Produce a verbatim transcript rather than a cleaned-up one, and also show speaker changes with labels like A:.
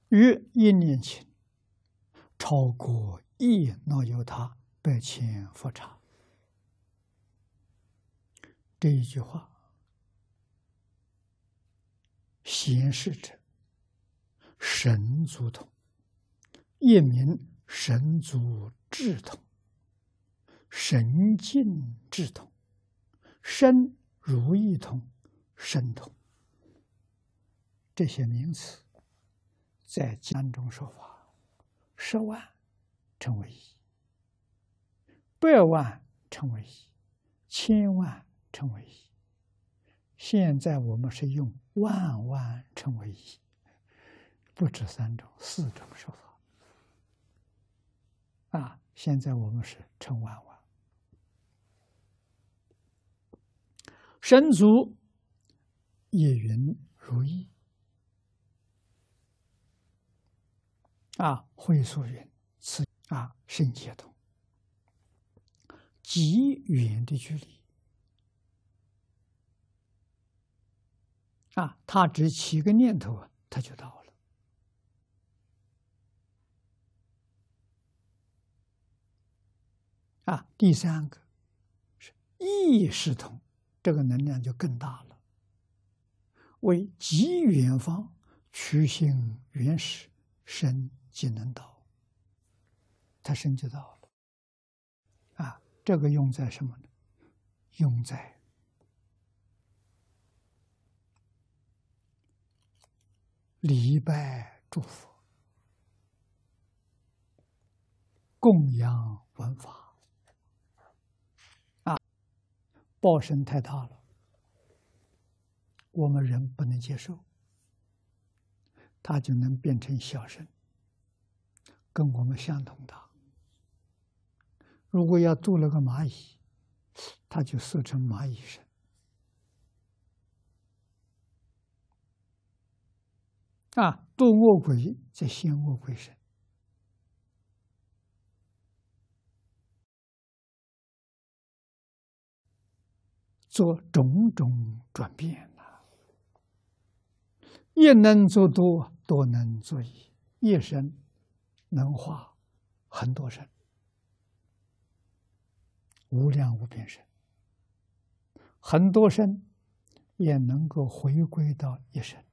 A: 于一念前超过一诺由他百千佛刹。这一句话显示着神足通，一名神足智通、神境智通、身如意通、神通。这些名词在经中说法，十万称为一，百万称为一，千万称为一。现在我们是用万万称为一，不止三种，四种说法。啊，现在我们是称万万。神足也云如意。啊，会所云此啊圣解通，极远的距离啊，他只起个念头啊，他就到了。啊，第三个是意识通，这个能量就更大了，为极远方趋行原始身即能到，他身就到了。啊，这个用在什么呢？用在礼拜诸佛、供养闻法。啊，报身太大了，我们人不能接受，它就能变成小身，跟我们相同大。如果要度了个蚂蚁，它就缩成蚂蚁身。啊，度恶鬼则现恶鬼身。做种种转变呐、啊，一能做多，多能做一，一身能化很多身，无量无边身，很多身也能够回归到一身。